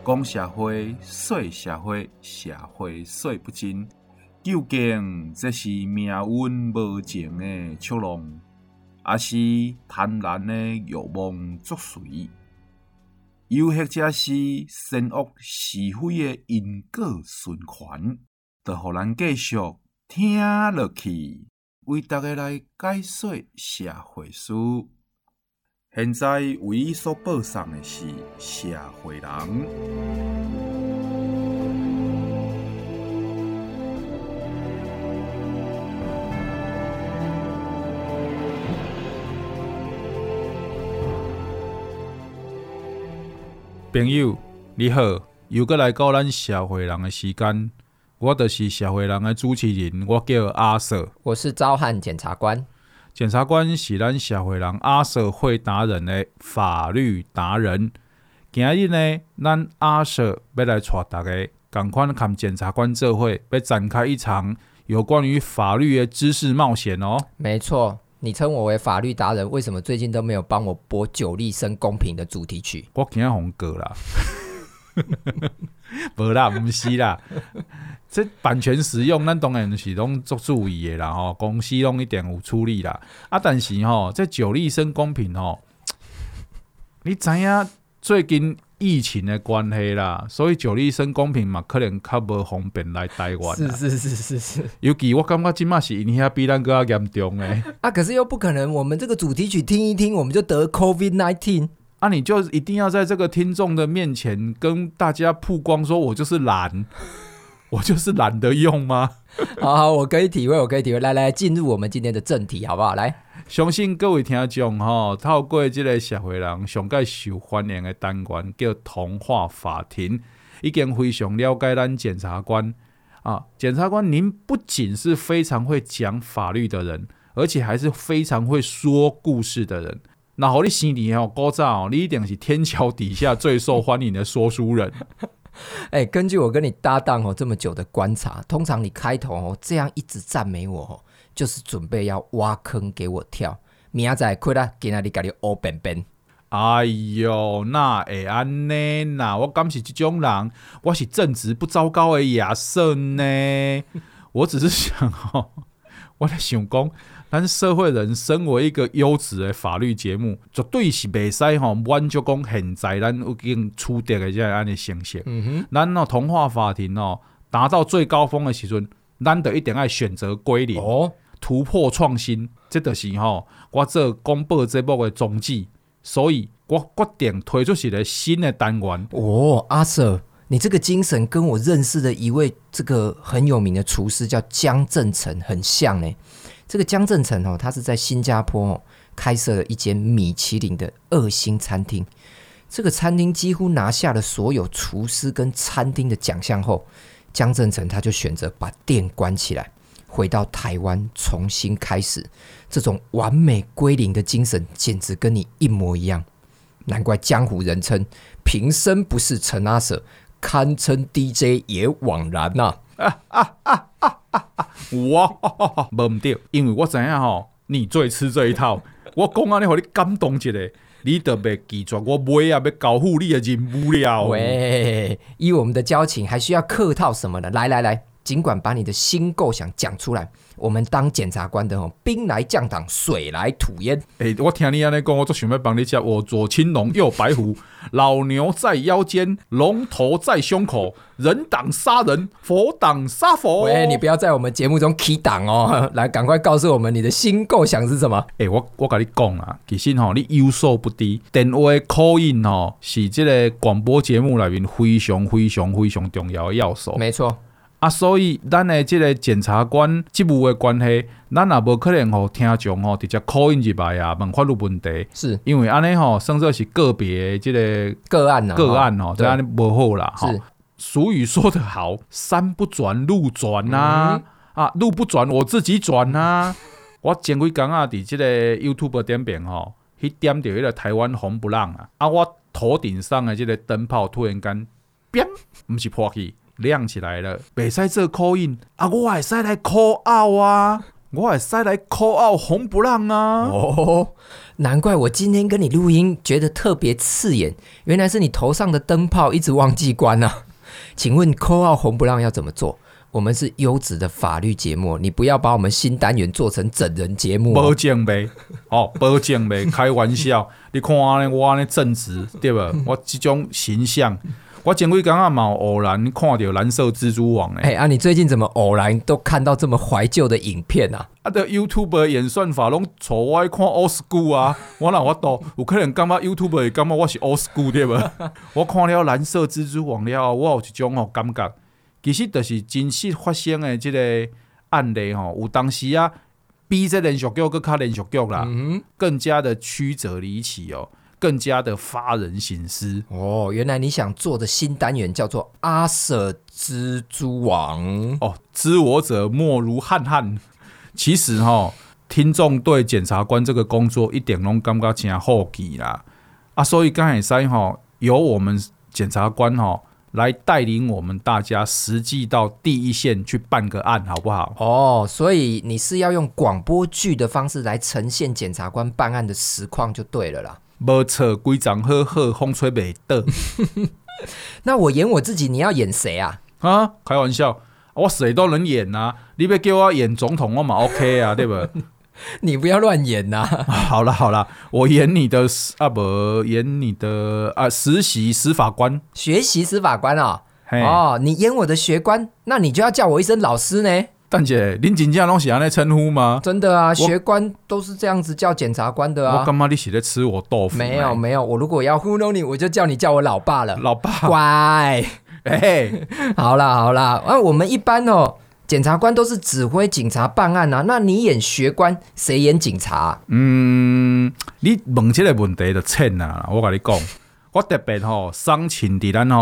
公社会、说社会、社会说不尽，究竟这是命运无情的触弄，还是贪婪的欲望作祟？又或者是善恶是非的因果循环？就互咱继续听落去，为大家来解说社会史。现在为伊所播送的是《社会人》。朋友，你好，又搁来到咱社会人的时间。我就是社会人的主持人，我叫阿 Sir， 我是昭汉检察官。 检察官是咱社会人阿 Sir 会达人的法律达人。今日呢，咱阿 Sir 要来带大家同款和检察官做伙，要展开一场有关于法律的知识冒险哦。 没错，你称我为法律达人，为什么最近都没有帮我播久立生公平的主题曲？ 我今日红过啦。无啦，不是啦，这版权使用，咱当然是拢做注意的啦吼，公司拢一定有处理啦。啊，但是吼，这久立生公平吼，你知影最近疫情的关系啦，所以久立生公平嘛，可能较无方便来台湾啦。 是。 尤其我感觉今嘛是因遐比咱更加严重诶。 啊，可是又不可能，我们这个主题曲听一听，我们就得 COVID-19。 啊，你就一定要在这个听众的面前跟大家曝光，说我就是懒，我就是懒得用吗？ 好，我可以体会，来，进入我们今天的正题，好不好？来， 相信各位听众透过这个社会人上界受欢迎的单元叫童话法庭，已经非常了解咱检察官啊。检察官，您不仅是非常会讲法律的人，而且还是非常会说故事的人。那好，你生年古早你一定是天桥底下最受欢迎的说书人。 根据我跟你搭档这么久的观察，通常你开头这样一直赞美我，就是准备要挖坑给我跳。明仔载亏啦，今仔日给你乌便便。 哎呦，那会安呢？那我敢是这种人，我是正直不糟糕的亚圣呢。我只是想我在想讲。咱社会人身为一个优质的法律节目，绝对是袂使满足讲现在咱已经取得的这样的成绩。咱童话法庭达到最高峰的时阵，咱就一定要选择归零，突破创新，这就是我做广播节目的宗旨。所以我决定推出一个新的单元。 阿 Sir， 你这个精神跟我认识的一位这个很有名的厨师叫江正成很像呢。这个江正成他是在新加坡开设了一间米其林的2星餐厅。这个餐厅几乎拿下了所有厨师跟餐厅的奖项后，江正成他就选择把店关起来，回到台湾重新开始。这种完美归零的精神简直跟你一模一样，难怪江湖人称平生不是陈阿 Sir， 堪称 DJ 也枉然呐。 哇，无对，因为我知影你最吃这一套。我讲安尼，互你感动一下，你就袂记住我尾要交付你的任务了。 喂，依我们的交情，还需要客套什么的？来，尽管把你的新构想讲出来。我们当检察官的兵来将挡，水来土掩。 我听你安尼讲，我就想要帮你吃。我左青龙，右白虎，老牛在腰间，龙头在胸口，人挡杀人，佛挡杀佛。 喂，你不要在我们节目中起档哦！来，赶快告诉我们你的新构想是什么？ 我跟你讲啊，其实你有所不知，电话 call in 是这个广播节目里面非常重要的要素。 没错。 所以咱的这个检察官职务的关系，咱也无可能听众直接 call in 入来啊，问法律问题， 是因为安尼算作是个别这个个案这安尼不好啦。 是俗语说得好，山不转路转啊，路不转我自己转啊。我前几天伫这个 YouTube 点评去点到迄个台湾红不让我头顶上的这个灯泡突然间，不是破去。亮起来了，袂使做 call in 我会使来 call out 啊！ 我会使来 call out 红不让啊！ 哦，难怪我今天跟你录音觉得特别刺眼，原来是你头上的灯泡一直忘记关啊！请问 call out 红不让要怎么做？我们是优质的法律节目，你不要把我们新单元做成整人节目保证呗，保证呗，开玩笑！你看我呢正直对吧？我这种形象。我前几天嘛有偶然看到蓝色蜘蛛网你最近怎么偶然都看到这么怀旧的影片啊？ 的 YouTube 的演算法拢带我看 old school 啊！我哪我有可能感觉 YouTube 会感觉我是 old school 对吧？我看了蓝色蜘蛛网了，我有一种感觉，其实就是真实发生的这个案例有当时啊，比这连续剧更较连续剧啦，更加的曲折离奇更加的发人省思哦！原来你想做的新单元叫做阿 Sir 蜘蛛网知我者莫如汉汉。其实听众对检察官这个工作一点都感觉真好奇啦所以刚才由我们检察官来带领我们大家实际到第一线去办个案，好不好？ 所以你是要用广播剧的方式来呈现检察官办案的实况就对了啦。 没错，规张好好，风吹袂倒。 那我演我自己，你要演谁啊？ 开玩笑，我谁都能演啊！你别叫我演总统，我嘛 OK 啊，对吧？ 你不要乱演呐！ 好啦，我演你的演你的实习司法官， 学习司法官你演我的学官，那你就要叫我一声老师呢。 蛋姐，您真正拢是这样称呼吗？ 真的啊，学官都是这样子叫检察官的啊。 我干嘛你是在吃我豆腐？ 没有，我如果要糊弄你，我就叫我老爸了。 老爸， 乖。好啦，我们一般检察官都是指挥警察办案啊。那你演学官，谁演警察？ 你问这个问题就忝啦，我跟你讲。我特别赏请伫咱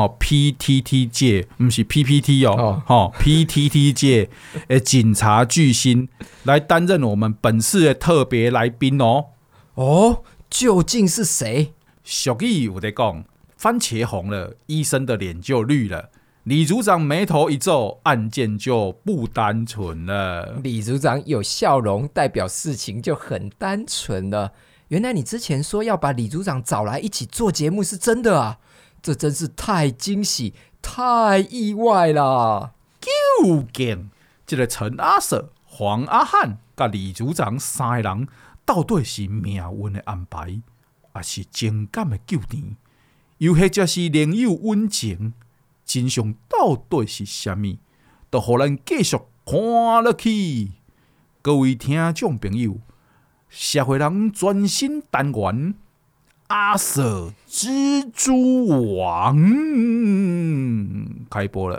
PTT 界，不是 PPT PTT 界的警察巨星来担任我们本次的特别来宾究竟是谁？ 俗语有在讲，番茄红了，医生的脸就绿了。李组长眉头一皱，案件就不单纯了。 李组长有笑容，代表事情就很单纯了。原来你之前说要把李组长找来一起做节目是真的啊！这真是太惊喜、太意外了。 究竟这个陈阿 Sir、黄阿汉跟李组长三个人到底是命运的安排，还是情感的救援，又或者是另有温情？真相到底是什么？就让咱继续看下去。各位听众朋友，社会人专心单元阿 Sir 蜘蛛网开播了。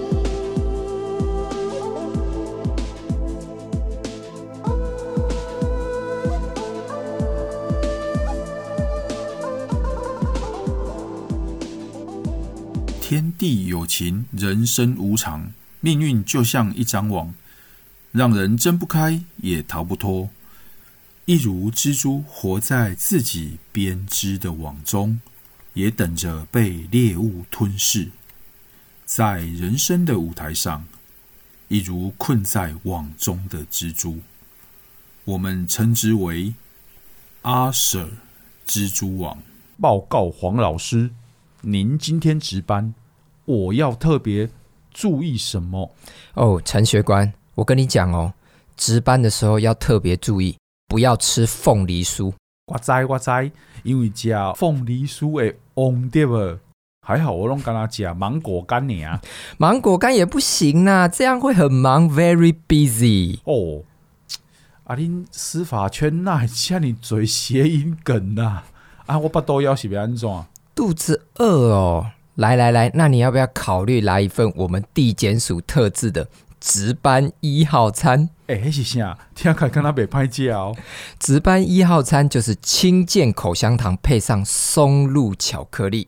天地有情，人生无常，命运就像一张网，让人挣不开也逃不脱。一如蜘蛛活在自己编织的网中，也等着被猎物吞噬。在人生的舞台上，一如困在网中的蜘蛛，我们称之为阿 Sir 蜘蛛网。报告黄老师，您今天值班，我要特别注意什么？ 陈学官，我跟你讲值班的时候要特别注意，不要吃凤梨酥。 我知，因为吃凤梨酥会旺对不？还好我拢跟他吃芒果干尔。 芒果干也不行啊，这样会很忙 ，very busy。 恁司法圈哪会这么多谐音梗啊？我巴肚枵是要安怎？ 肚子饿来，那你要不要考虑来一份我们地检署特制的值班1号餐？ 那是啥？听起来跟他袂歹食值班1号餐就是清健口香糖配上松露巧克力。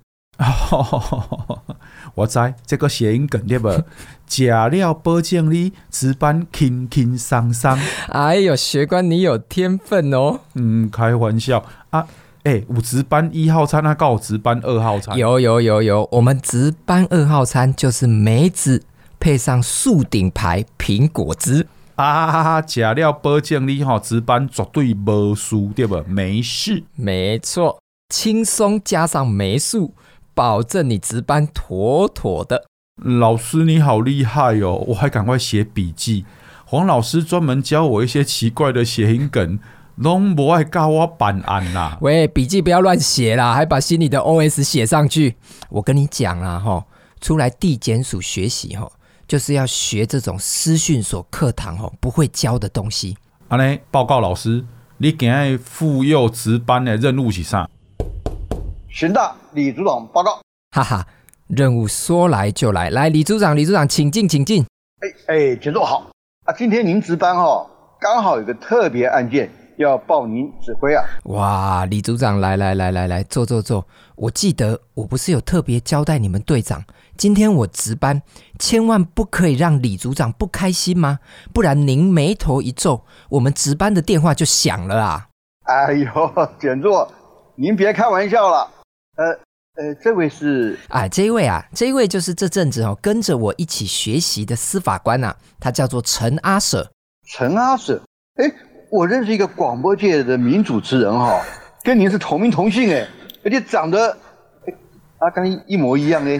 我知这个谐音梗对不？吃了保证你值班轻轻松松。 哎呦，学官你有天分开玩笑有值班1号餐，还有值班2号餐？ 有，我们值班2号餐就是梅子配上树顶牌苹果汁。 吃了保证你值班绝对无事，对不？没事。 没错，轻松加上没事，保证你值班妥妥的。 老师你好厉害哦，我还赶快写笔记。黄老师专门教我一些奇怪的谐音梗，拢不爱教我办案啦。 喂，笔记不要乱写啦，还把心里的 OS 写上去。我跟你讲啦，出来地检署学习就是要学这种私训所课堂不会教的东西。 安尼，报告老师，你今日妇幼值班的任务是啥？ 刑大李组长报告。 哈哈，任务说来就来，来，李组长，请进，请进。 检座好啊，今天您值班刚好有个特别案件要报您指挥啊。 哇，李组长，来，坐。我记得我不是有特别交代你们队长，今天我值班，千万不可以让李组长不开心吗？不然您眉头一皱，我们值班的电话就响了啊。 哎呦，检座，您别开玩笑了。这位是这一位就是这阵子跟着我一起学习的司法官啊，他叫做陈阿舍。 陈阿舍，我认识一个广播界的名主持人跟您是同名同姓而且长得跟一模一样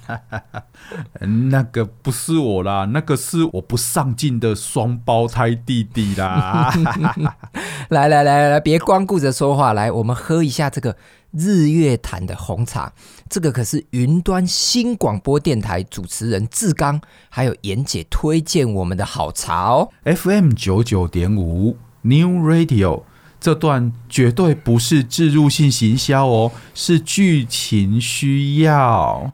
那个不是我啦，那个是我不上进的双胞胎弟弟啦。 来，别光顾着说话，来，我们喝一下这个日月潭的红茶，这个可是云端新广播电台主持人志刚还有妍姐推荐我们的好茶哦。 FM 99.5 New Radio， 这段绝对不是置入性行销哦，是剧情需要。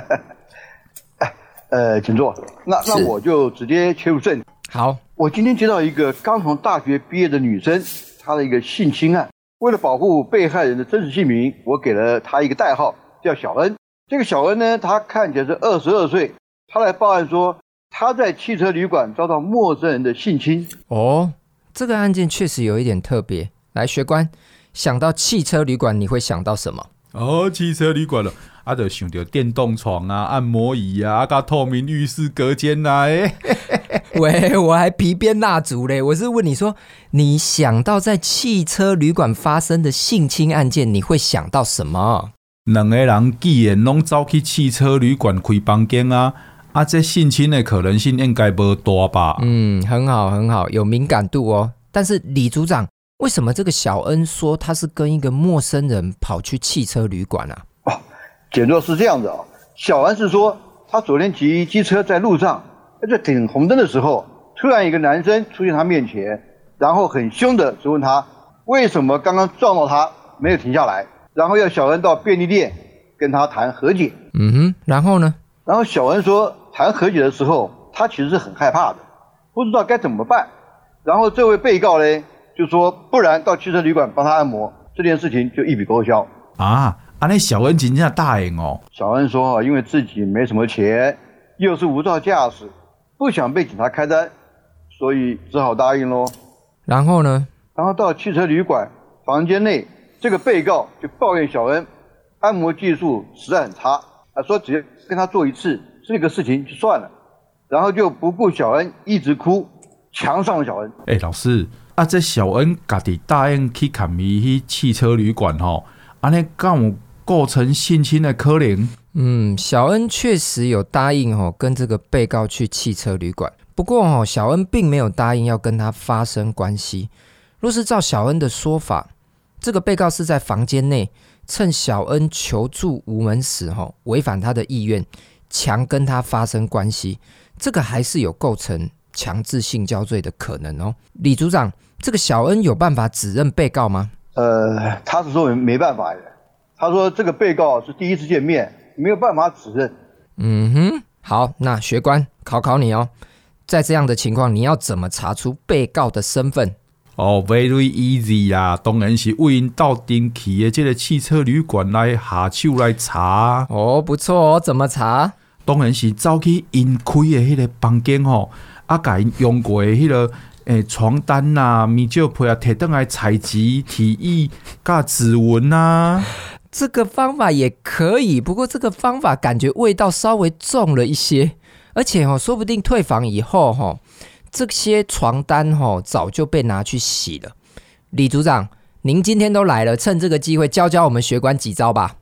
请坐。那我就直接切入正题。 好， 我今天接到一个刚从大学毕业的女生，她的一个性侵案。为了保护被害人的真实姓名，我给了她一个代号，叫小恩。这个小恩呢，她看起来是22岁，她来报案说她在汽车旅馆遭到陌生人的性侵。 这个案件确实有一点特别。来，学官，想到汽车旅馆，你会想到什么？ 汽车旅馆了，就想到电动床啊、按摩椅啊、透明浴室隔间啊。 喂，我还皮鞭蜡烛嘞！我是问你说，你想到在汽车旅馆发生的性侵案件，你会想到什么？ 两个人既然拢走去汽车旅馆开房间啊，这性侵的可能性应该不大吧？ 很好，有敏感度哦。但是李组长，为什么这个小恩说他是跟一个陌生人跑去汽车旅馆啊？ 简座是这样的小恩是说他昨天骑机车在路上，在等红灯的时候，突然一个男生出现他面前，然后很凶的质问他为什么刚刚撞到他没有停下来，然后要小恩到便利店跟他谈和解。 然后呢？ 然后小恩说谈和解的时候他其实是很害怕的，不知道该怎么办。然后这位被告呢就说不然到汽车旅馆帮他按摩，这件事情就一笔勾销。 那小恩真的答应哦。 小恩说因为自己没什么钱，又是无照驾驶，不想被警察开单，所以只好答应咯。 然后呢？ 然后到汽车旅馆房间内，这个被告就抱怨小恩按摩技术实在很差，说只要跟他做一次这个事情就算了，然后就不顾小恩一直哭，强上了小恩。 老师这小恩自己答应去看伊去汽车旅馆安尼敢有构成性侵的可能？ 小恩确实有答应跟这个被告去汽车旅馆，不过小恩并没有答应要跟他发生关系。若是照小恩的说法，这个被告是在房间内趁小恩求助无门时违反他的意愿，强跟他发生关系，这个还是有构成强制性交罪的可能哦。李组长，这个小恩有办法指认被告吗？ 他是说没办法的。他说这个被告是第一次见面，没有办法指认。 好，那学官考你哦，在这样的情况，你要怎么查出被告的身份 ？Very easy 啦，当然是为因到顶去的这个汽车旅馆来下手来查。 不错哦，怎么查？ 当然是走去因开的迄个房间甲因用过的迄个床单啊、棉照被啊，摕回来采集体液甲指纹啊。 这个方法也可以，不过这个方法感觉味道稍微重了一些，而且说不定退房以后这些床单早就被拿去洗了。李组长，您今天都来了，趁这个机会教教我们学官几招吧。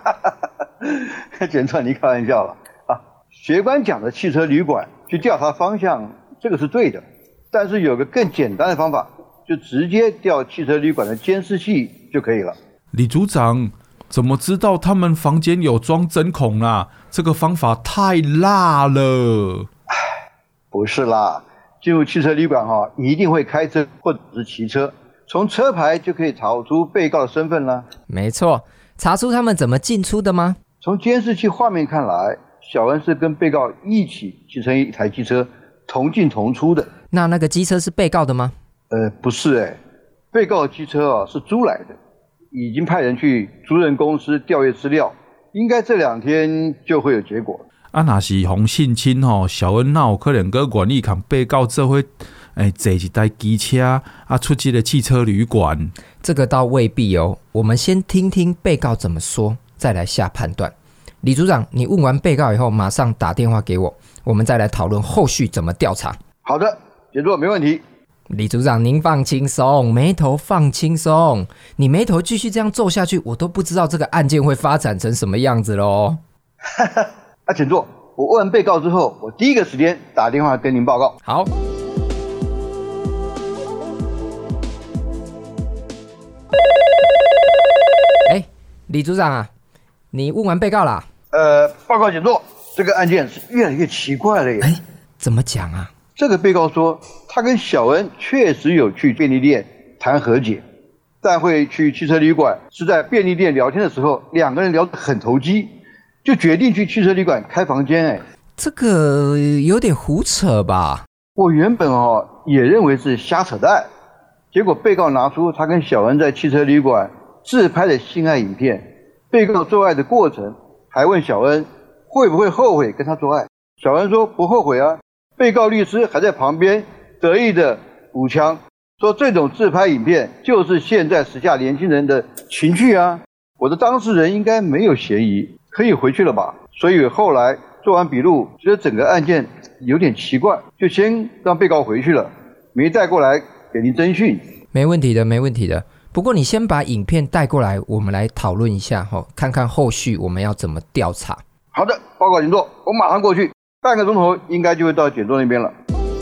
简川，你开玩笑了啊！学官讲的汽车旅馆去调查方向，这个是对的，但是有个更简单的方法，就直接调汽车旅馆的监视器就可以了。 李组长，怎么知道他们房间有装针孔啊？这个方法太辣了。 不是啦，进入汽车旅馆一定会开车或者是骑车，从车牌就可以查出被告的身份啦。 没错，查出他们怎么进出的吗？ 从监视器画面看来，小恩是跟被告一起骑乘一台机车，同进同出的。 那个机车是被告的吗？ 不是被告的机车是租来的，已经派人去租赁公司调阅资料，应该这2天就会有结果。 若是红性侵小恩哪有可能个愿意跟被告做伙坐一台机车出这个汽车旅馆？ 这个倒未必哦。我们先听听被告怎么说，再来下判断。李组长，你问完被告以后，马上打电话给我，我们再来讨论后续怎么调查。 好的，杰作没问题。 李组长，您放轻松，眉头放轻松。你眉头继续这样皱下去，我都不知道这个案件会发展成什么样子咯。 请坐。我问完被告之后，我第一个时间打电话跟您报告。 好。李组长啊，你问完被告啦？ 报告检座，这个案件是越来越奇怪了耶。 怎么讲啊？ 这个被告说，他跟小恩确实有去便利店谈和解，但会去汽车旅馆是在便利店聊天的时候，2个人聊得很投机，就决定去汽车旅馆开房间。 这个有点胡扯吧？ 我原本也认为是瞎扯淡，结果被告拿出他跟小恩在汽车旅馆自拍的性爱影片，被告做爱的过程，还问小恩会不会后悔跟他做爱。小恩说不后悔啊。被告律师还在旁边得意的补枪，说这种自拍影片就是现在时下年轻人的情趣啊。我的当事人应该没有嫌疑，可以回去了吧。所以后来做完笔录，觉得整个案件有点奇怪，就先让被告回去了，没带过来给您侦讯。 没问题的，没问题的。不过你先把影片带过来，我们来讨论一下，看看后续我们要怎么调查。 好的，报告检座，我马上过去，半个钟头应该就会到检座那边了。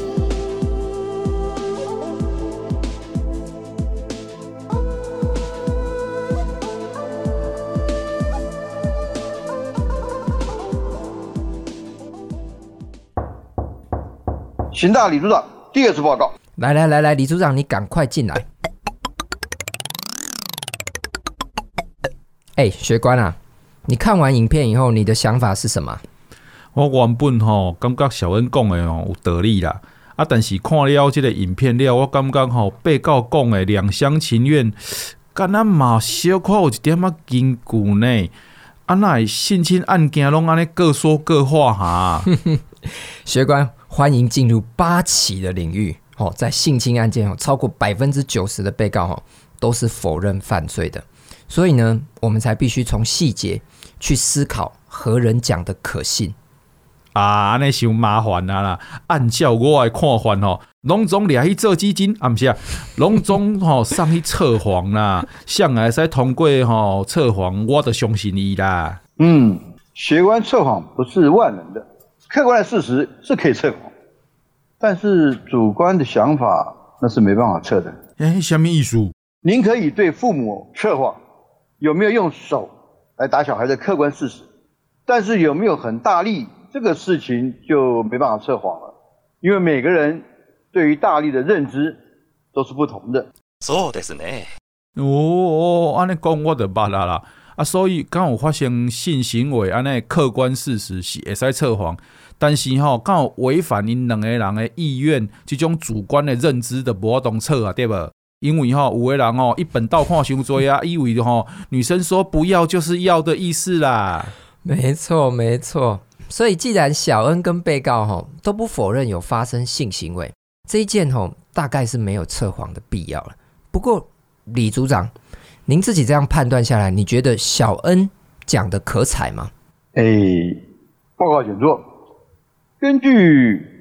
刑大李组长，第2次报告。 来，李组长，你赶快进来。学官啊，你看完影片以后，你的想法是什么？ 我原本感觉小恩讲的有道理啦，但是看了这个影片了，我感觉被告讲的两厢情愿，敢若嘛小可有一点仔根据呢。哪会性侵案件拢安尼各说各话哈？ 学官，欢迎进入8起的领域。在性侵案件超过90%的被告都是否认犯罪的。所以呢，我们才必须从细节去思考何人讲的可信。 安尼伤麻烦啦！按照我的看法拢总掠去做基金，不是啊，拢总送去测谎啦。向来使通过测谎，我就相信伊啦。 学官测谎不是万能的，客观的事实是可以测谎，但是主观的想法那是没办法测的。 什么意思？ 您可以对父母测谎，有没有用手来打小孩的客观事实，但是有没有很大力，这个事情就没办法测谎了，因为每个人对于大力的认知都是不同的。 そうですね。 安尼讲我就捌啦。所以刚有发生性行为，安尼客观事实是会使测谎，但是刚有违反因2个人的意愿，这种主观的认知就无法当测啊，对不？因为有的人一本道看伤多啊，以为女生说不要就是要的意思啦。 没错，没错。所以既然小恩跟被告都不否认有发生性行为，这一件大概是没有测谎的必要了。不过李组长，您自己这样判断下来，你觉得小恩讲的可采吗？ 报告检座，根据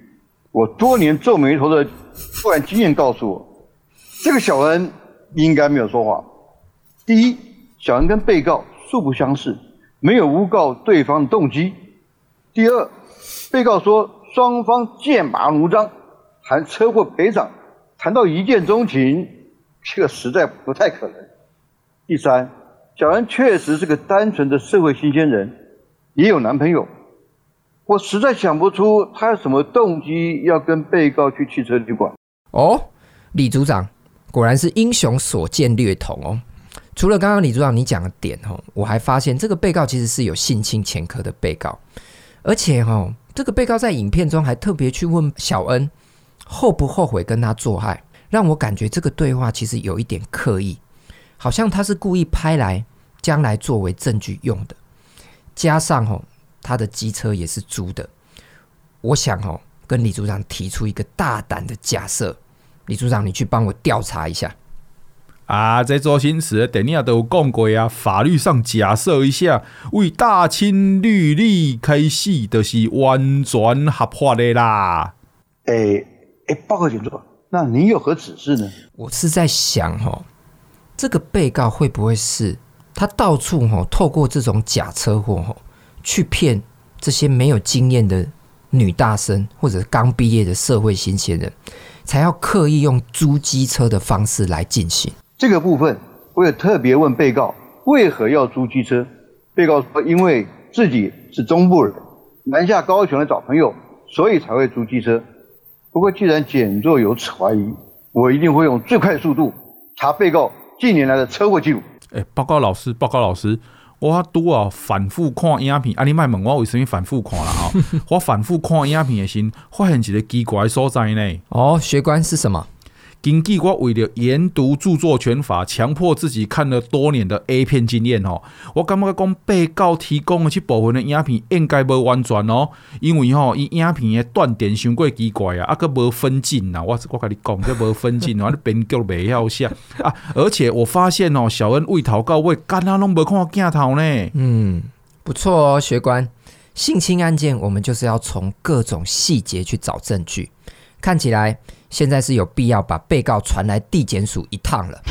我多年皱眉头的作案经验告诉我，这个小恩应该没有说谎。第一，小恩跟被告素不相识，没有诬告对方的动机。第二，被告说双方剑拔弩张，谈车祸赔偿，谈到一见钟情，这个实在不太可能。第三，小恩确实是个单纯的社会新鲜人，也有男朋友。我实在想不出他有什么动机要跟被告去汽车旅馆。 哦，李组长果然是英雄所见略同哦。除了刚刚李组长你讲的点哦，我还发现这个被告其实是有性侵前科的被告，而且哦，这个被告在影片中还特别去问小恩后不后悔跟他做爱，让我感觉这个对话其实有一点刻意，好像他是故意拍来将来作为证据用的。加上哦，他的机车也是租的，我想哦，跟李组长提出一个大胆的假设，李组长你去帮我调查一下。 啊，在周星驰的电影都有讲过啊，法律上假设一下，为大清律例开始就是完全合法的啦。 报告检座，那您有何指示呢？ 我是在想哦，这个被告会不会是他到处哦，透过这种假车祸哦，去骗这些没有经验的女大生或者刚毕业的社会新鲜人，才要刻意用租机车的方式来进行。 这个部分我也特别问被告为何要租机车。被告说因为自己是中部人，南下高雄来找朋友，所以才会租机车。不过既然检座有此怀疑，我一定会用最快速度查被告近年来的车祸记录。 报告老师，我拄啊反复看影片，你莫问我为什么反复看啦吼？我反复看影片的时候，发现一个奇怪的所在呢。 哦，学官是什么？ 根据我为了研读著作权法，强迫自己看了多年的 A 片经验吼，我感觉讲被告提供的这部分的影片应该无完全哦，因为吼伊影片的断点伤过奇怪啊，佮无分镜啊，我跟你讲，这无分镜哦，你编剧袂晓写啊，而且我发现哦，小恩为头到尾干那拢无看镜头呢。 不错哦，学官。性侵案件我们就是要从各种细节去找证据，看起来现在是有必要把被告传来地检署一趟了。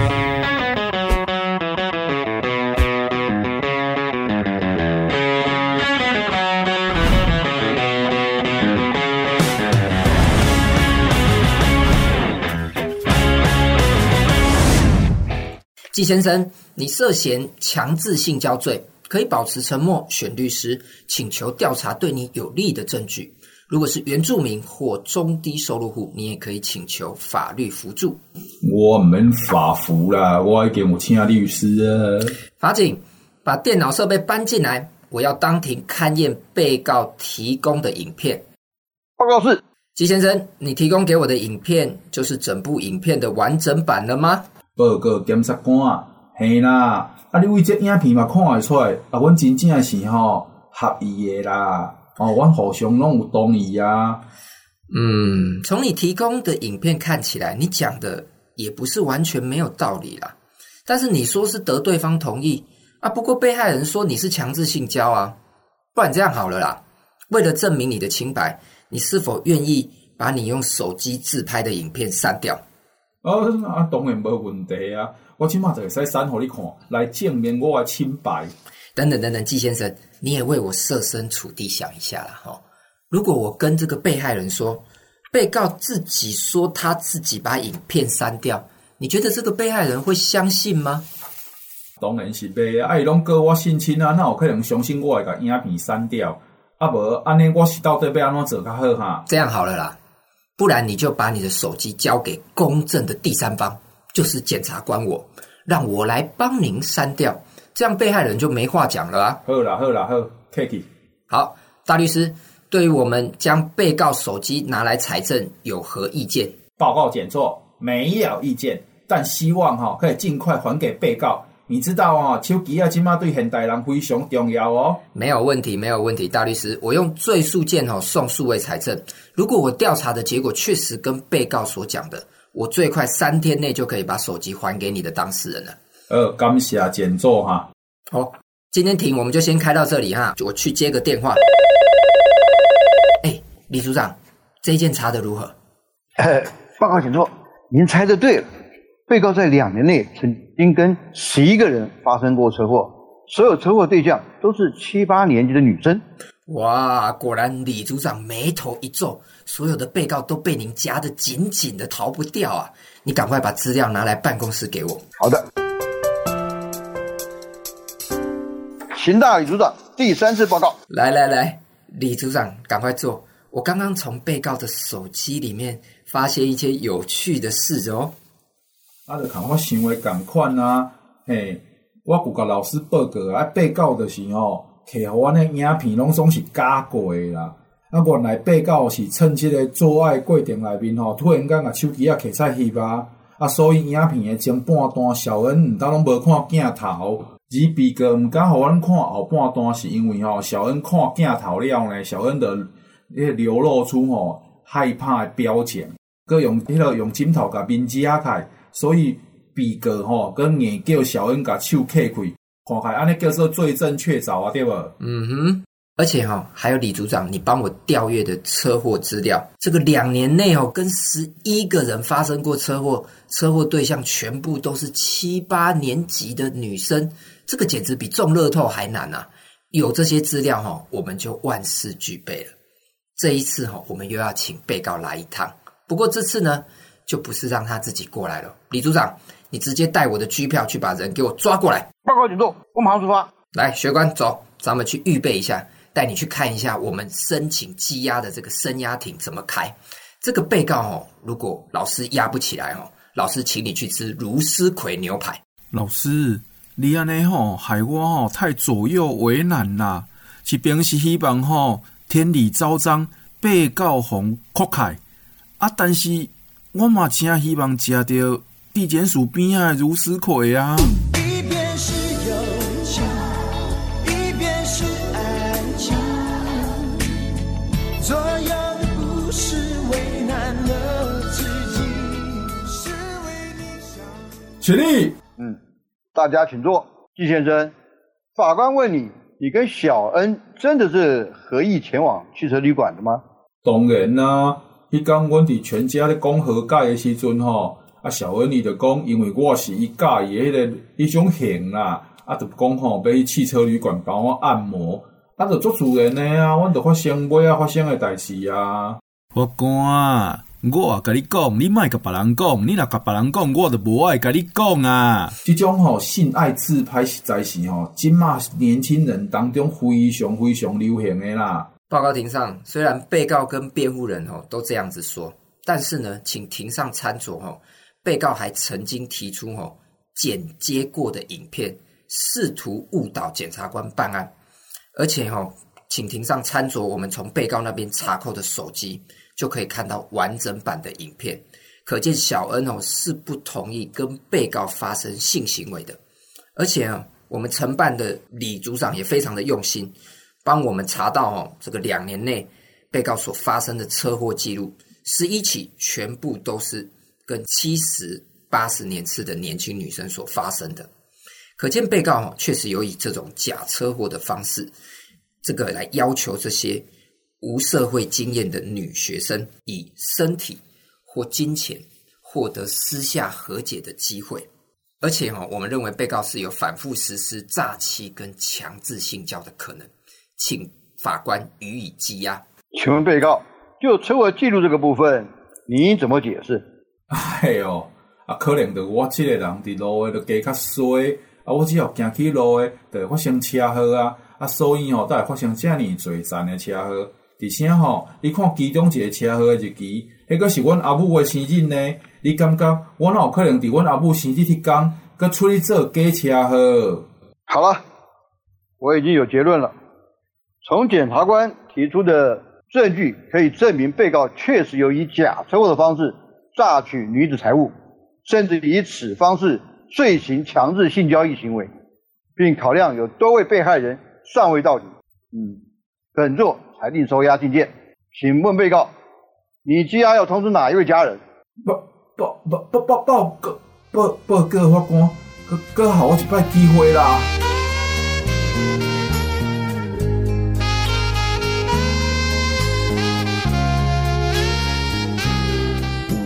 季先生，你涉嫌强制性交罪，可以保持沉默，选律师，请求调查对你有利的证据。如果是原住民或中低收入户，你也可以请求法律扶助。 我唔免法扶啦，我已经有请律师啊。 法警，把电脑设备搬进来，我要当庭勘验被告提供的影片。 报告是。 季先生，你提供给我的影片就是整部影片的完整版了吗？ 报告检察官，嘿啦，你为这影片嘛看会出来，阮真正是吼合意的啦。阮互相拢有同意啊。 从你提供的影片看起来，你讲的也不是完全没有道理啦。但是你说是得对方同意啊，不过被害人说你是强制性交啊。不然这样好了啦，为了证明你的清白，你是否愿意把你用手机自拍的影片删掉？ 当然没问题啊，我即马就会使删给你看，来证明我的清白。 等等，季先生，你也为我设身处地想一下啦齁。如果我跟这个被害人说，被告自己说他自己把影片删掉，你觉得这个被害人会相信吗？ 当然是袂啊，伊拢告我性侵啊，哪有可能相信我会把影片删掉？啊无安尼我是到底要安怎做较好哈？ 这样好了啦，不然你就把你的手机交给公正的第三方，就是检察官我，让我来帮您删掉。这样被害人就没话讲了啊！ 好啦，客气。 好，大律师，对于我们将被告手机拿来采证有何意见？ 报告检错，没有意见，但希望可以尽快还给被告。你知道手机现在对现代人非常重要哦。 没有问题，大律师，我用最速件送数位采证。如果我调查的结果确实跟被告所讲的，我最快3天内就可以把手机还给你的当事人了。 感谢检座哈。 好，今天庭我们就先开到这里哈，我去接个电话。李组长， 这一件查得如何？ 报告请坐，您猜得对了。被告在2年内曾经跟11个人发生过车祸，所有车祸对象都是7、8年级的女生。 哇，果然李组长眉头一皱，所有的被告都被您夹得紧紧的，逃不掉啊！你赶快把资料拿来办公室给我。 好的。刑大李组长第3次报告。 来，李组长赶快坐。我刚刚从被告的手机里面发现一些有趣的事哦。 就跟我想的同款啊，嘿，我有甲老师报告啊，被告就是摕互阮的影片拢总是假过的啦。原来被告是趁这个做爱过程内面突然间把手机摕出翕啊，所以影片的前半段小恩毋但拢无看镜头，而被告毋敢互阮看后半段，是因为小恩看镜头了呢，小恩就流露出害怕的表情，佮用枕头甲面遮开，所以被告跟硬叫小恩甲手揢开，看开安尼叫做罪证确凿啊，对无？ 而且还有李组长，你帮我调阅的车祸资料，这个2年内跟11个人发生过车祸，车祸对象全部都是7、8年级的女生，这个简直比中乐透还难啊！有这些资料我们就万事俱备了。这一次我们又要请被告来一趟，不过这次呢，就不是让他自己过来了。李组长，你直接带我的拘票去把人给我抓过来。 报告请坐，我马上出发。 来，学官走，咱们去预备一下，带你去看一下我们申请羁押的这个声押庭怎么开。这个被告如果老师押不起来老师请你去吃茹丝葵牛排。 老师，你安尼害我太左右为难啦。一边是希望天理昭彰，被告红阔开啊，但是我嘛真希望吃到地检署边仔的茹丝葵啊。 一边是友情，一边是爱情，左右的不是为难了自己，是为你想。 起立。 大家请坐。季先生，法官问你，你跟小恩真的是合意前往汽车旅馆的吗？ 当然啦，迄天阮伫全家咧讲和解的时阵小恩伊就讲，因为我是伊介意的迄种型啦，就讲要去汽车旅馆帮我按摩，就足自然的啊，阮就发生尾发生的代志啊。法官，我也甲你讲，你莫甲别人讲，你若甲别人讲，我就无爱甲你讲啊。这种性爱自拍实在是今嘛年轻人当中非常流行的啦。 报告庭上，虽然被告跟辩护人都这样子说，但是呢，请庭上参酌被告还曾经提出剪接过的影片，试图误导检察官办案，而且请庭上参酌我们从被告那边查扣的手机，就可以看到完整版的影片，可见小恩是不同意跟被告发生性行为的。而且我们承办的李组长也非常的用心，帮我们查到这个2年内被告所发生的车祸记录11起，全部都是跟70、80年次的年轻女生所发生的。可见被告确实有以这种假车祸的方式，这个来要求这些无社会经验的女学生以身体或金钱获得私下和解的机会。而且我们认为被告是有反复实施诈欺跟强制性交的可能，请法官予以羁押。 请问被告，就车祸记录这个部分，你怎么解释？ 可能就我这个人伫路的就加较衰我只要行去路的就会发生车祸所以才会发生这么多站的车祸。而且你看其中一个车祸的日期，迄个是阮阿母的生日呢，你感觉我哪有可能伫阮阿母生日迄天佮出去做假车祸？ 好了，我已经有结论了。从检察官提出的证据可以证明，被告确实有以假车祸的方式榨取女子财物，甚至以此方式遂行强制性交易行为，并考量有多位被害人尚未到庭，本座裁定收押禁见。请问被告，你羁押要通知哪一位家人？ 报告法官，佮给我一摆机会啦。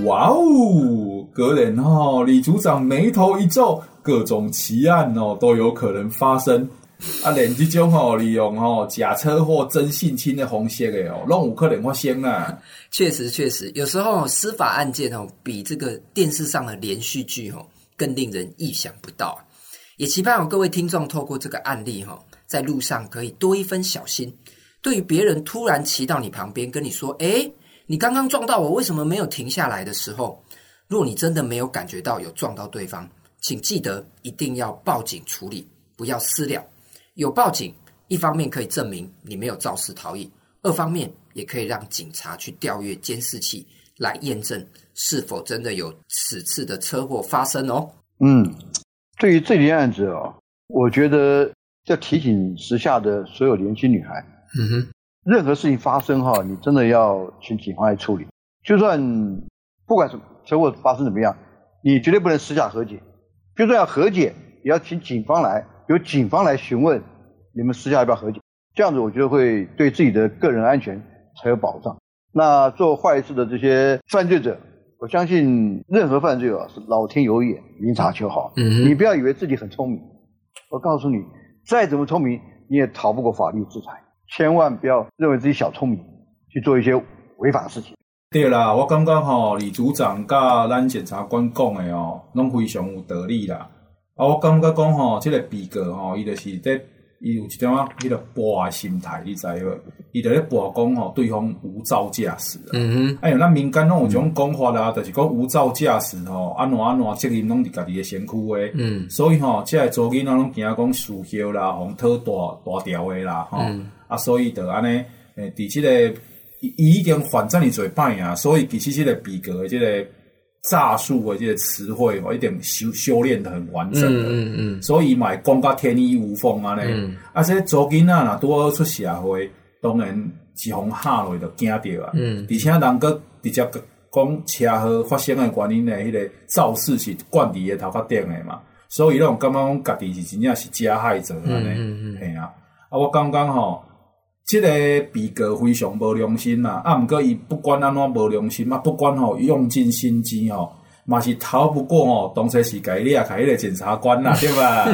哇哦，果然哦，李组长眉头一皱，各种奇案哦都有可能发生。啊，连这种哦利用假车祸真性侵的方式的拢有可能发生啦。 确实，有时候司法案件比这个电视上的连续剧更令人意想不到。也期盼各位听众透过这个案例在路上可以多一分小心。对于别人突然骑到你旁边跟你说你刚刚撞到我，为什么没有停下来的时候，若你真的没有感觉到有撞到对方，请记得一定要报警处理，不要私了。有报警，一方面可以证明你没有肇事逃逸，二方面也可以让警察去调阅监视器来验证是否真的有此次的车祸发生哦。 对于这件案子我觉得要提醒时下的所有年轻女孩，任何事情发生你真的要请警方来处理。就算不管什么车祸发生怎么样，你绝对不能私下和解。就算要和解，也要请警方来，由警方来询问你们私下要不要和解。这样子我觉得会对自己的个人安全才有保障。那做坏事的这些犯罪者，我相信任何犯罪是老天有眼，明察秋毫。你不要以为自己很聪明，我告诉你，再怎么聪明你也逃不过法律制裁。千万不要认为自己小聪明去做一些违法的事情。 对啦，我感觉李组长甲咱检察官讲的拢非常有道理啦。我感觉讲这个被告伊就是伊有一点迄个博的心态，你知无？伊就咧博讲对方无照驾驶啊。因为咱民间拢有一种讲法啦，就是讲无照驾驶安怎责任拢伫家己的身躯诶。所以这个查囡仔拢惊讲事后啦，互讨大条诶啦所以就安尼伫即个伊已经犯遮尔侪摆啊，所以其实即个被告的即个诈术的这个词汇一定修炼得很完整的，所以嘛会讲到天衣无缝啊咧。这查囡仔若拄好出社会，当然一风下落就惊着啊。而且人个直接讲车祸发生的原因的迄个肇事是冠伫伊头壳顶的嘛，所以拢感觉讲家己是真正是加害者安尼。嘿啊，我感觉这个被告非常无良心啦，不过伊不管安怎无良心不管用尽心机嘛是逃不过当初是甲伊掠开迄个检察官啦，对吧？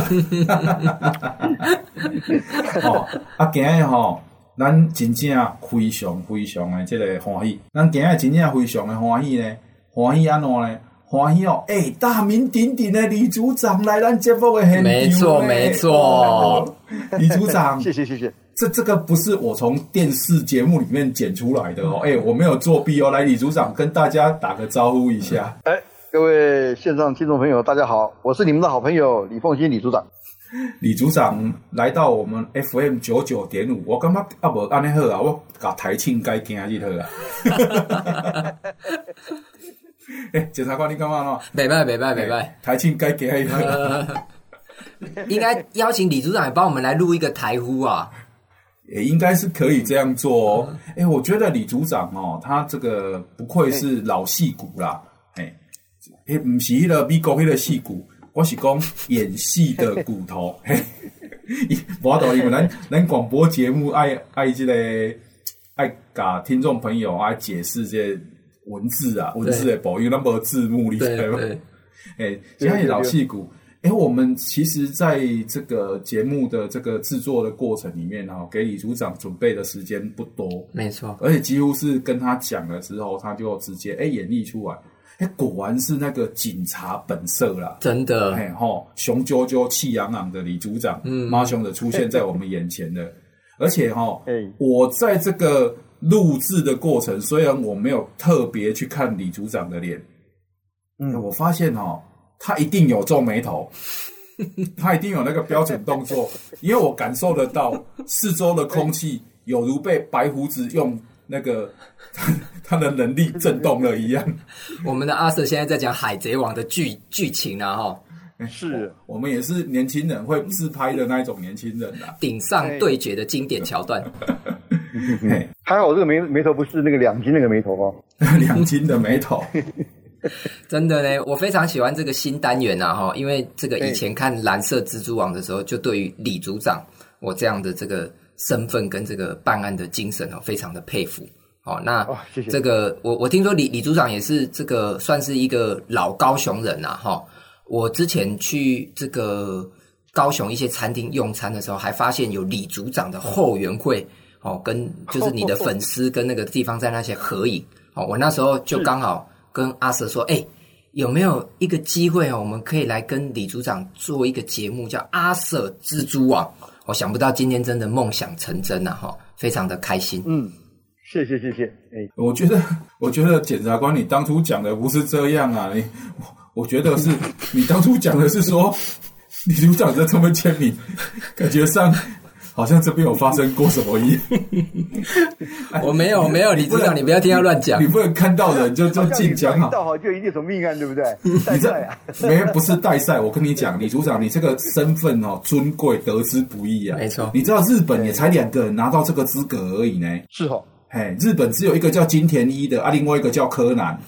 今日咱真正非常的这个欢喜，咱今日真正非常的欢喜呢，欢喜安怎呢？欢喜大名鼎鼎的李组长来咱节目的现场， 没错， 李组长， 谢谢。 这个不是我从电视节目里面剪出来的我没有作弊来，李组长跟大家打个招呼一下。 各位线上听众朋友大家好，我是你们的好朋友李凤新李组长。 李组长来到我们 FM 99.5，我感觉无安尼好啊，我甲台庆该今日好啊。检察官你感觉喏？ 袂歹， 台庆该今日好。 应该邀请李组长也帮我们来录一个台呼啊。 也应该是可以这样做我觉得李组长他这个不愧是老戏骨啦，不是迄个美国迄个戏骨，我是讲演戏的骨头。无道理，因为咱广播节目爱这个爱甲听众朋友爱解释这些文字的部分，因为咱无字幕，你知道吗？现在老戏骨。我们其实在这个节目的这个制作的过程里面给李组长准备的时间不多， 没错， 而且几乎是跟他讲了之后，他就直接演绎出来，果然是那个警察本色啦， 真的， 雄赳赳气昂昂的李组长，马上的出现在我们眼前的，而且我在这个录制的过程，虽然我没有特别去看李组长的脸，我发现他一定有皱眉头，他一定有那个标准动作，因为我感受得到四周的空气有如被白胡子用那个他的能力震动了一样。 我们的阿 Sir 现在在讲《海贼王》的剧情啊， 是我们也是年轻人会自拍的那一种年轻人啦， 顶上对决的经典桥段。 还好我这个眉头不是那个2斤那个眉头 2斤的眉头。 真的呢，我非常喜欢这个新单元啊，因为这个以前看蓝色蜘蛛网的时候，就对于李组长我这样的这个身份跟这个办案的精神非常的佩服那谢谢这个我听说李组长也是这个算是一个老高雄人我之前去这个高雄一些餐厅用餐的时候，还发现有李组长的后援会跟就是你的粉丝跟那个地方在那些合影我那时候就刚好跟阿 Sir 说，有没有一个机会我们可以来跟李组长做一个节目，叫阿 Sir 蜘蛛网。我想不到今天真的梦想成真非常的开心。 谢谢。 我觉得检察官，你当初讲的不是这样啊，我觉得是你当初讲的是说李组长在这边签名，感觉上好像这边有发生过什么一样。 我没有，李组长，你不要听他乱讲。 你不能看到人就净讲好， 到好就一定有命案，对不对？代赛啊， 不是代赛。我跟你讲，李组长，你这个身份尊贵，得之不易啊。 没错， 你知道日本也才2个人拿到这个资格而已呢。 是日本只有一个叫金田一的另外一个叫柯南。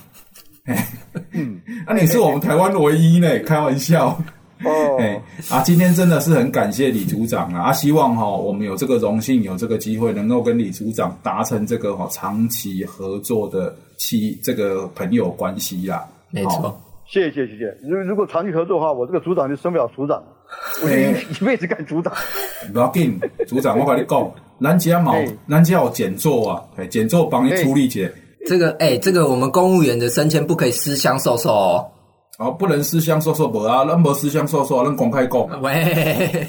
你是我们台湾唯一呢，开玩笑。今天真的是很感谢李组长希望我们有这个荣幸，有这个机会，能够跟李组长达成这个长期合作的这个朋友关系啦。 没错， 谢谢。如果长期合作的话，我这个组长就升不了组长，我一辈子干组长。 不要紧，组长，我跟你讲，咱家有检座啊，检座帮你处理一下。 这个我们公务员的升迁不可以私相授受不能私相授受，咱无私相授受，咱公开讲。 喂，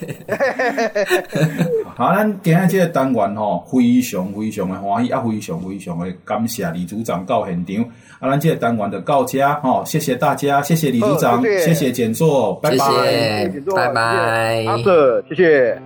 好，咱今日这个单元非常的欢喜，非常的感谢李组长到现场。咱这个单元就到这谢谢大家，谢谢李组长，谢谢检座，拜拜， 拜拜， 阿 Sir， 谢谢。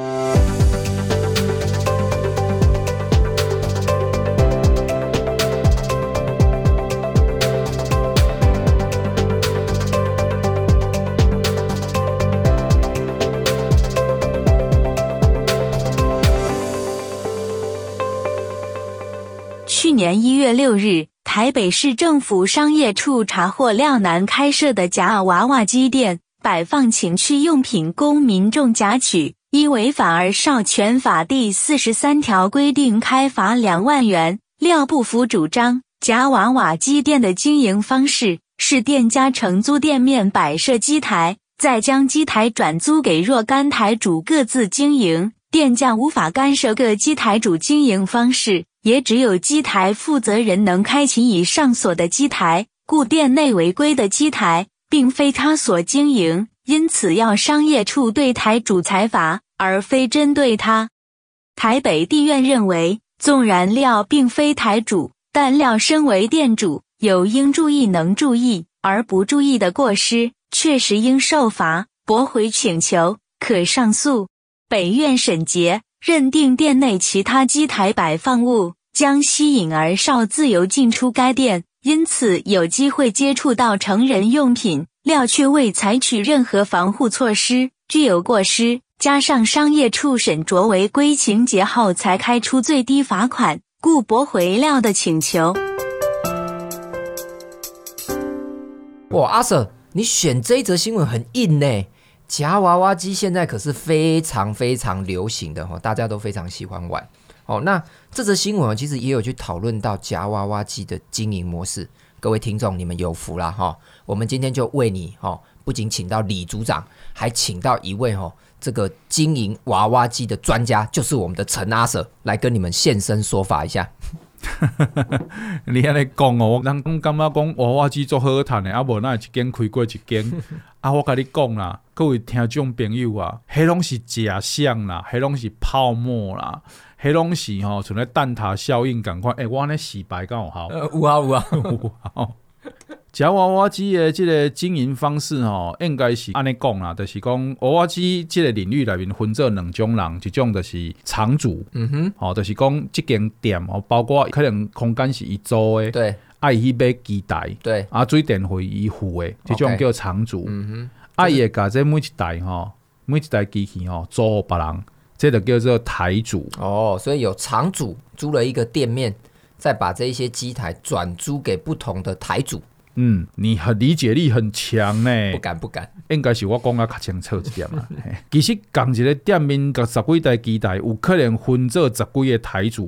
去年1月6日，台北市政府商业处查获廖男开设的夹娃娃机店，摆放情趣用品供民众夹取，依违反儿少权法第43条规定开罚2万元。廖不服主张，夹娃娃机店的经营方式是店家承租店面摆设机台，再将机台转租给若干台主各自经营，店家无法干涉各机台主经营方式，也只有机台负责人能开启以上所的机台，故店内违规的机台并非他所经营，因此要商业处对台主裁罚，而非针对他。台北地院认为，纵然廖并非台主，但廖身为店主，有应注意能注意而不注意的过失，确实应受罚，驳回请求，可上诉。北院审结，认定店内其他机台摆放物将吸引儿少自由进出该店，因此有机会接触到成人用品，廖却未采取任何防护措施，具有过失，加上商业处审酌违规情节后才开出最低罚款，故驳回廖的请求。 哇，阿 Sir， 你选这一则新闻很硬呢。夹娃娃机现在可是非常非常流行的大家都非常喜欢玩那这则新闻其实也有去讨论到夹娃娃机的经营模式。各位听众，你们有福啦我们今天就为你不仅请到李组长，还请到一位这个经营娃娃机的专家，就是我们的陈阿 Sir 来跟你们现身说法一下。 你安尼讲人感觉讲娃娃机做好赚的，无哪一间开过一间我跟你讲啦，各位听众朋友啊，迄拢是假象啦，迄拢是泡沫啦，迄拢是像咧蛋挞效应同款。我安尼洗白敢有效？ 有啊。 夹娃娃机的这个经营方式应该是安尼讲啦，就是讲娃娃机这个领域内面分做2种人，一种就是厂主，就是讲这间店包括可能空间是伊租的， 对， 伊去买机台， 对， 水电费伊付的，这种叫厂主。伊会把这每一台机器租给别人，这就叫做台主。 所以有厂主租了一个店面，再把这些机台转租给不同的台主。 你很理解力很强呢。 不敢， 应该是我讲较清楚一点啦。其实同一个店面，10几台机台，有可能分做10几个台主，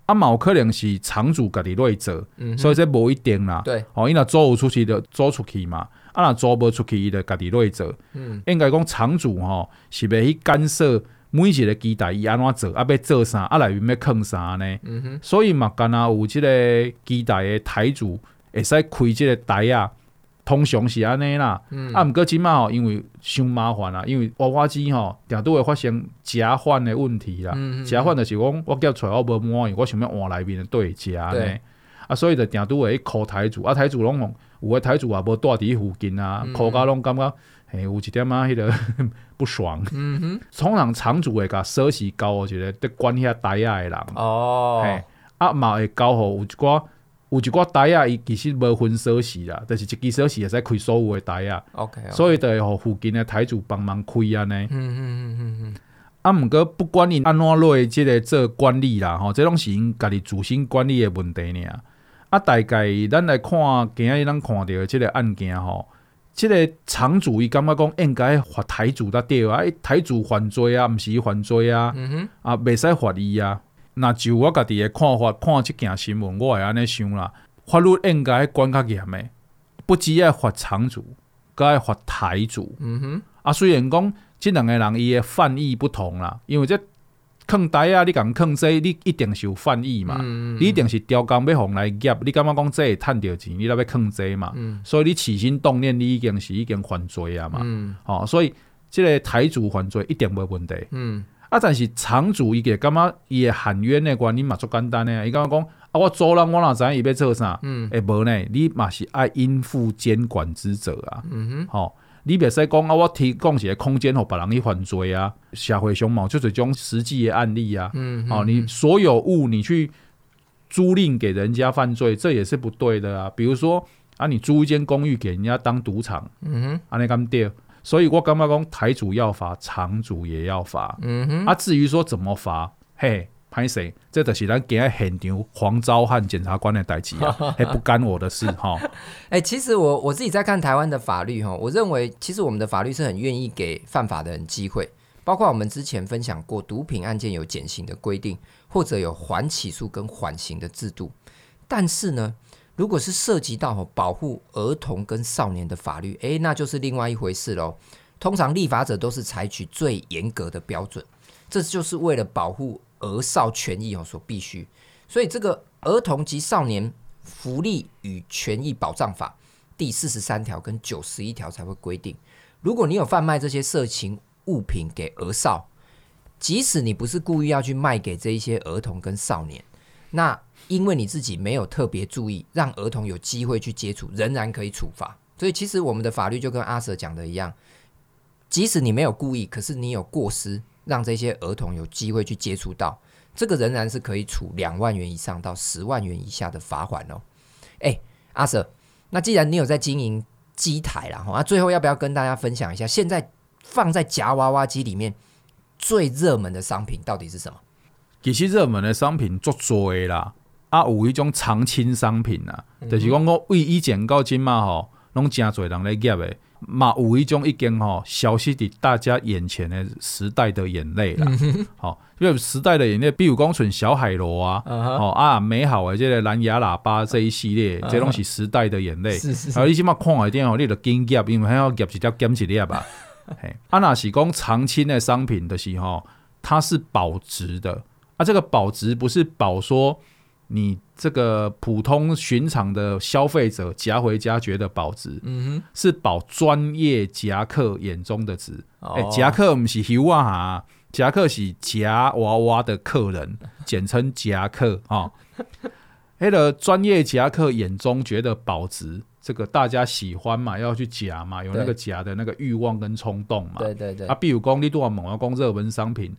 嘛有可能是厂主家己落做，所以这无一定啦。 对， 伊若租有出去就租出去嘛，若租无出去伊就家己落做。应该讲厂主是要去干涉每一个机台伊安怎做，要做啥，内面要放啥呢？所以嘛，敢若有即个机台的台主会使开即个台啊。通常是安尼啦，毋过即马因为伤麻烦啦，因为娃娃机定都会发生夹换的问题啦。夹换就是讲我夹出来我无满意，我想要换内面的对夹呢，所以就定都会去 call 台主，台主拢有的台主也无住伫附近啊，call 到拢感觉有一点迄个不爽。通常厂主会甲锁匙交一个在管遐台的人，嘛会交互有一寡台啊，伊其实无分锁匙啦，但是一支锁匙会使开所有的台啊。所以就会互附近的台主帮忙开安尼。毋过不管因安怎落即个做管理啦，这拢是因家己自身管理的问题尔。大概咱来看今日咱看到的即个案件即个厂主伊感觉讲应该罚台主才对啊，台主犯罪啊，毋是犯罪啊，袂使罚伊啊。那就我家己的看法，看即件新闻，我会安尼想啦。法律应该管较严的，不只要罚厂主，还要罚台主。虽然讲即两个人伊的犯意不同啦，因为这放台啊，你共放这，你一定是有犯意嘛。你一定是雕工要互来夹，你感觉讲这会趁到钱，你才要放这嘛。所以你起心动念，你已经犯罪啊嘛。所以即个台主犯罪一定无问题。但是厂主伊个感觉伊的喊冤的原因嘛足简单的，伊感觉讲我租人我哪知影伊要做啥？无呢，你嘛是爱应付监管之责啊。你袂使讲我提供一个空间互别人去犯罪啊。社会上嘛就是种实际的案例啊。你所有物你去租赁给人家犯罪，这也是不对的啊。比如说你租一间公寓给人家当赌场，安尼敢对？所以我感觉讲台主要罚，厂主也要罚。至于说怎么罚，嘿，歹势，这就是咱今日现场黄昭汉检察官的代志啊，不干我的事哈。 其实我自己在看台湾的法律哈，我认为其实我们的法律是很愿意给犯法的人机会，包括我们之前分享过毒品案件有减刑的规定，或者有缓起诉跟缓刑的制度。但是呢，如果是涉及到保护儿童跟少年的法律，那就是另外一回事咯。通常立法者都是采取最严格的标准，这就是为了保护儿少权益所必须。所以这个儿童及少年福利与权益保障法第43条跟91条才会规定，如果你有贩卖这些色情物品给儿少，即使你不是故意要去卖给这一些儿童跟少年，那因为你自己没有特别注意，让儿童有机会去接触，仍然可以处罚。所以其实我们的法律就跟阿 Sir 讲的一样，即使你没有故意，可是你有过失，让这些儿童有机会去接触到，这个仍然是可以处2万元以上到10万元以下的罚款哦。阿 Sir， 那既然你有在经营机台啦，最后要不要跟大家分享一下，现在放在夹娃娃机里面最热门的商品到底是什么？ 其实热门的商品足多的啦。有迄种常青商品啊，就是讲我为以前到今嘛拢真侪人咧夹的，嘛有迄种已经消失伫大家眼前的时代的眼泪啦。因为时代的眼泪，比如讲像小海螺啊，美好的这个蓝牙喇叭这一系列，这拢是时代的眼泪。你即马看一点你就紧夹，因为还要夹一粒减一粒吧。若是讲常青的商品的是它是保值的这个保值不是保说你这个普通寻常的消费者夹回家觉得保值，是保专业夹客眼中的值。夹客不是游啊，夹客是夹娃娃的客人，简称夹客那个专业夹客眼中觉得保值，这个大家喜欢嘛，要去夹嘛，有那个夹的那个欲望跟冲动嘛。 对比如讲你都要问我讲热门商品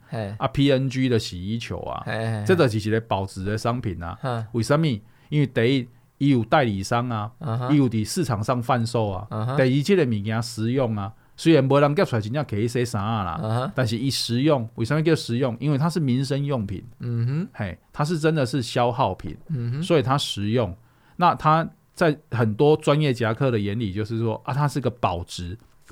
PNG 的洗衣球这就是一个保值的商品啊。为什么？因为第一，它有代理商它有在市场上贩售第二，这个物件实用虽然没人夹出来真正可以洗衫啦，但是它实用。为什么叫实用？因为它是民生用品，它是真的是消耗品，所以它实用。那它在很多专业夹客的眼里，就是说它是个保值，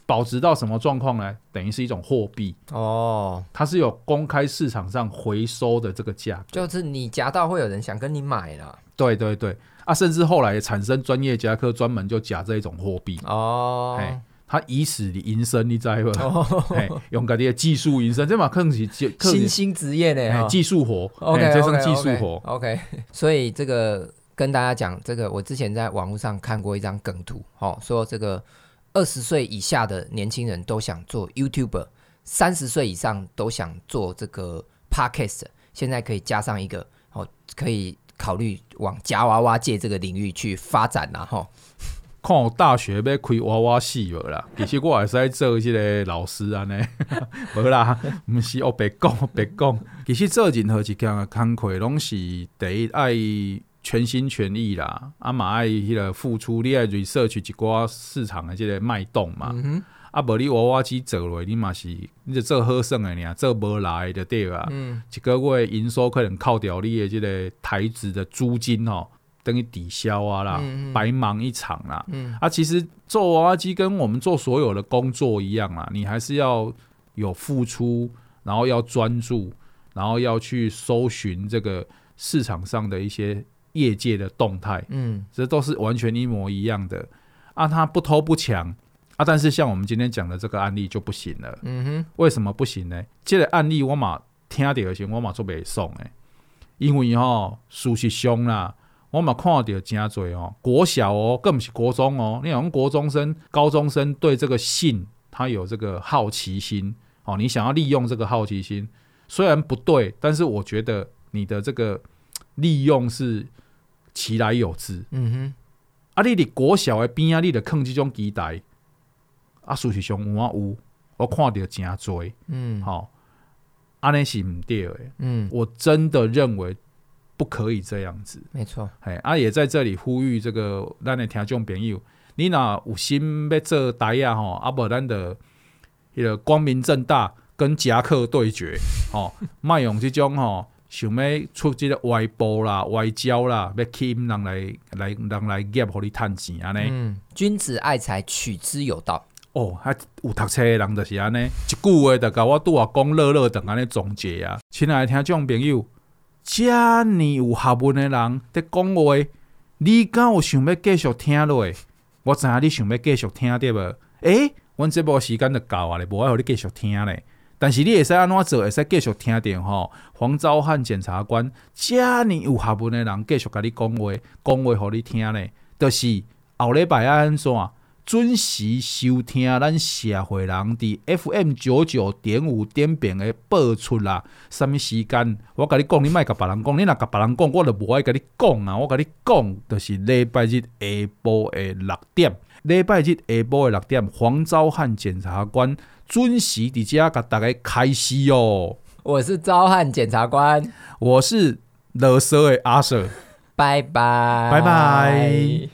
保值到什么状况呢？等于是一种货币哦， 它是有公开市场上回收的这个价格， 就是你夹到会有人想跟你买啦。 对对对啊，甚至后来也产生专业夹克专门就夹这一种货币哦， 他以此的营生，你知道吗？ 哦用自己的技术营生，这嘛可能是新兴职业呢， 技术活 OK， 这算技术活。 OK， 所以这个跟大家讲，这个我之前在网络上看过一张梗图，说这个20岁以下的年轻人都想做 YouTuber，30岁以上都想做这个 Podcast， 现在可以加上一个可以考虑往夹娃娃界这个领域去发展啦看我大学要开娃娃系无啦，其实我也是在做这个老师安尼，无啦，不是白讲。其实做任何一件工课，拢是第一爱全心全意啦，嘛爱迄个付出，你爱 research 一寡市场的这个脉动嘛。无你娃娃机做落，你嘛是你就做好耍的尔，做无来就对啊。一个月营收可能扣掉你的这个台资的租金等于抵消啊啦，白忙一场啦。其实做娃娃机跟我们做所有的工作一样啦，你还是要有付出，然后要专注，然后要去搜寻这个市场上的一些业界的动态。这都是完全一模一样的它不偷不抢但是像我们今天讲的这个案例就不行了。为什么不行呢？这个案例我嘛听到的时候我嘛做不爽的，因为事实上啦。我嘛看到真多国小更不是国中你好像国中生、高中生对这个性他有这个好奇心你想要利用这个好奇心，虽然不对，但是我觉得你的这个利用是其来有自。你伫国小的边你就放这种期待事实上有我看到真多安尼是不对的。我真的认为不可以这样子， 没错。 也在这里呼吁这个咱的听众朋友，你若有心要做台啊无咱的光明正大跟夹克对决莫用这种想要出这个歪步啦、歪招啦，要吸引人来业，互你趁钱安尼。 君子爱财，取之有道。 有读册的人就是安尼，一句话就甲我拄啊讲乐等安尼总结啊。亲爱的听众朋友，遮尔有学问的人在讲话，你敢有想要继续听落？我知影你想要继续听对无？阮节目时间就到啊咧，无爱互你继续听咧。但是你会使安怎做？会使继续听到黄昭汉检察官遮尔有学问的人继续甲你讲话，互你听咧，就是后礼拜安怎？准时收听咱社会人伫 FM99.5 点评的播出啦。什么时间？我甲你讲，你莫甲别人讲，你若甲别人讲，我就无爱甲你讲啊。我甲你讲，就是礼拜日下晡的6点，礼拜日下晡的6点，黄昭汉检察官准时伫遮甲大家开始哦。 我是昭汉检察官， 我是乐色的阿 Sir， 拜拜， 拜拜。